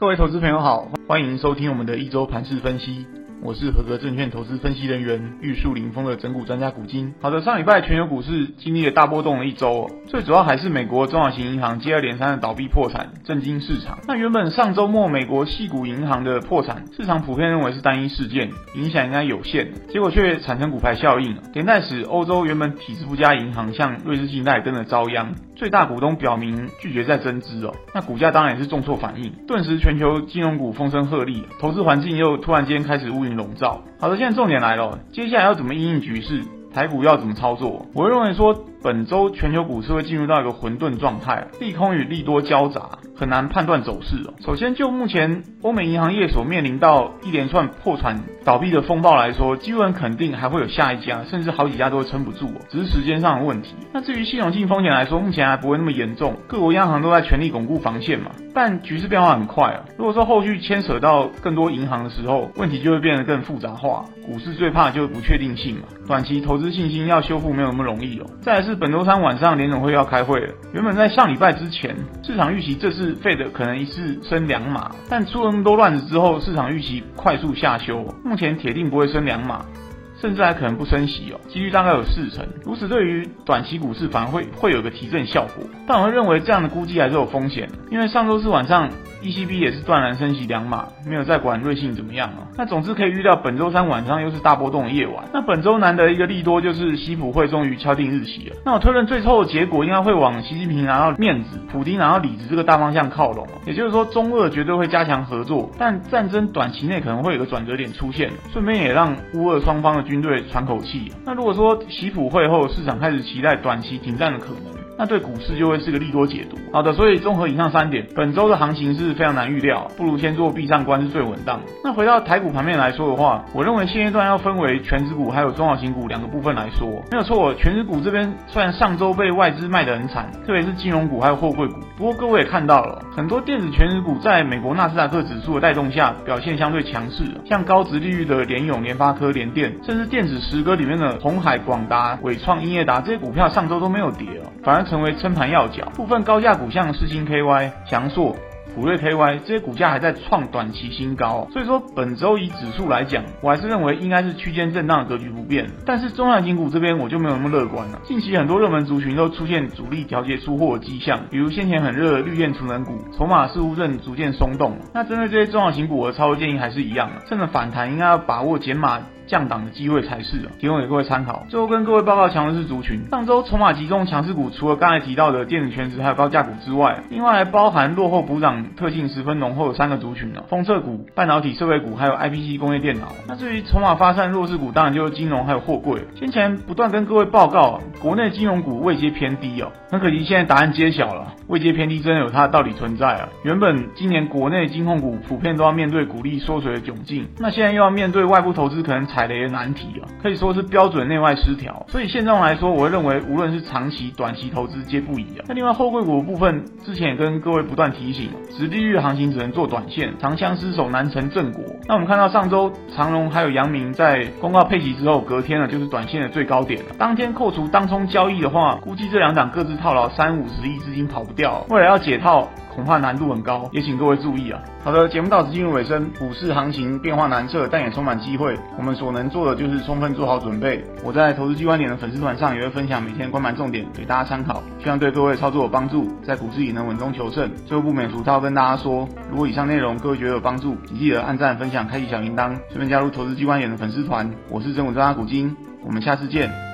各位投资朋友好，欢迎收听我们的一周盘势分析。我是合格证券投资分析人员玉树临风的整股专家古今。好的，上礼拜全球股市经历了大波动的一周最主要还是美国中小型银行接二连三的倒闭破产，震惊市场。那原本上周末美国矽谷银行的破产，市场普遍认为是单一事件，影响应该有限，结果却产生骨牌效应，连带使欧洲原本体质不佳银行像瑞士信贷跟着遭殃，最大股东表明拒绝再增资那股价当然也是重挫反应，顿时全球金融股风声鹤唳，投资环境又突然间开始乌云笼罩。好的，现在重点来了，接下来要怎么因应局势，台股要怎么操作？我会认为说，本周全球股市会进入到一个混沌状态，利空与利多交杂，很难判断走势首先就目前欧美银行业所面临到一连串破产倒闭的风暴来说，几乎很肯定还会有下一家，甚至好几家都会撑不住只是时间上的问题。那至于系统性风险来说，目前还不会那么严重，各国央行都在全力巩固防线嘛。但局势变化很快如果说后续牵扯到更多银行的时候，问题就会变得更复杂化。股市最怕的就是不确定性嘛，短期投资信心要修复没有那么容易再来是本周三晚上联总会要开会了，原本在上礼拜之前，市场预期这次 Fed 可能一次升2码，但出了那么多乱子之后，市场预期快速下修，目前铁定不会升2码。甚至还可能不升息几率大概有40%，如此对于短期股市反而会有个提振效果，但我会认为这样的估计还是有风险的，因为上周四晚上 ECB 也是断然升息2码，没有再管瑞信怎么样那总之可以预料本周三晚上又是大波动的夜晚。那本周难得一个利多就是习普会终于敲定日期了，那我推论最后的结果应该会往习近平拿到面子，普丁拿到里子这个大方向靠拢也就是说中俄绝对会加强合作，但战争短期内可能会有个转折点出现，顺便也让乌俄双方的军队喘口气那如果说习普会后市场开始期待短期停战的可能，那对股市就会是个利多解读。好的，所以综合以上3点，本周的行情是非常难预料，不如先做闭上关是最稳当。那回到台股盘面来说的话，我认为现阶段要分为全指股还有中小型股2个部分来说，没有错，全指股这边虽然上周被外资卖得很惨，特别是金融股还有货柜股，不过各位也看到了，很多电子全指股在美国纳斯达克指数的带动下表现相对强势像高殖利率的联咏、联发科、联电，甚至电子十哥里面的鸿海、广达、伟创、英业达这些股票上周都没有跌反而成为撑盘要角。部分高价股像世芯 KY、祥硕、普瑞 KY 这些股价还在创短期新高所以说本周以指数来讲，我还是认为应该是区间震荡的格局不变。但是中小型股这边我就没有那么乐观了。近期很多热门族群都出现主力调节出货的迹象，比如先前很热的绿电储能股，筹码似乎正逐渐松动那针对这些中小型股，我的操作建议还是一样趁着反弹应该要把握减码降档的机会才是提供给各位参考。最后跟各位报告强势族群，上周筹码集中强势股除了刚才提到的电子全值还有高价股之外，另外还包含落后补涨特性十分浓厚的3个族群封测股、半导体设备股还有 IPC 工业电脑。那至于筹码发散弱势股，当然就是金融还有货柜。先前不断跟各位报告国内金融股位阶偏低很可惜现在答案揭晓了，位阶偏低真的有它的道理存在原本今年国内金控股普遍都要面对股利缩水的窘境，那现在又要面对外部投资可能踩雷的难题可以说是标准内外失调。所以现状来说，我会认为无论是长期短期投资皆不宜那另外后柜股的部分，之前也跟各位不断提醒殖利率的行情只能做短线，长枪失手难成正果。那我们看到上周长荣还有阳明在公告配息之后，隔天就是短线的最高点当天扣除当冲交易的话，估计这2档各自套牢30-50亿资金跑不掉未来要解套恐怕难度很高，也请各位注意好的，节目到此进入尾声。股市行情变化难测，但也充满机会。我们所能做的就是充分做好准备。我在投资 G 观点的粉丝团上也会分享每天关盘重点给大家参考，希望对各位操作有帮助，在股市里能稳中求胜。最后不免俗套跟大家说，如果以上内容各位觉得有帮助，请记得按赞、分享、开启小铃铛，顺便加入投资 G 观点的粉丝团。我是真武专家古今，我们下次见。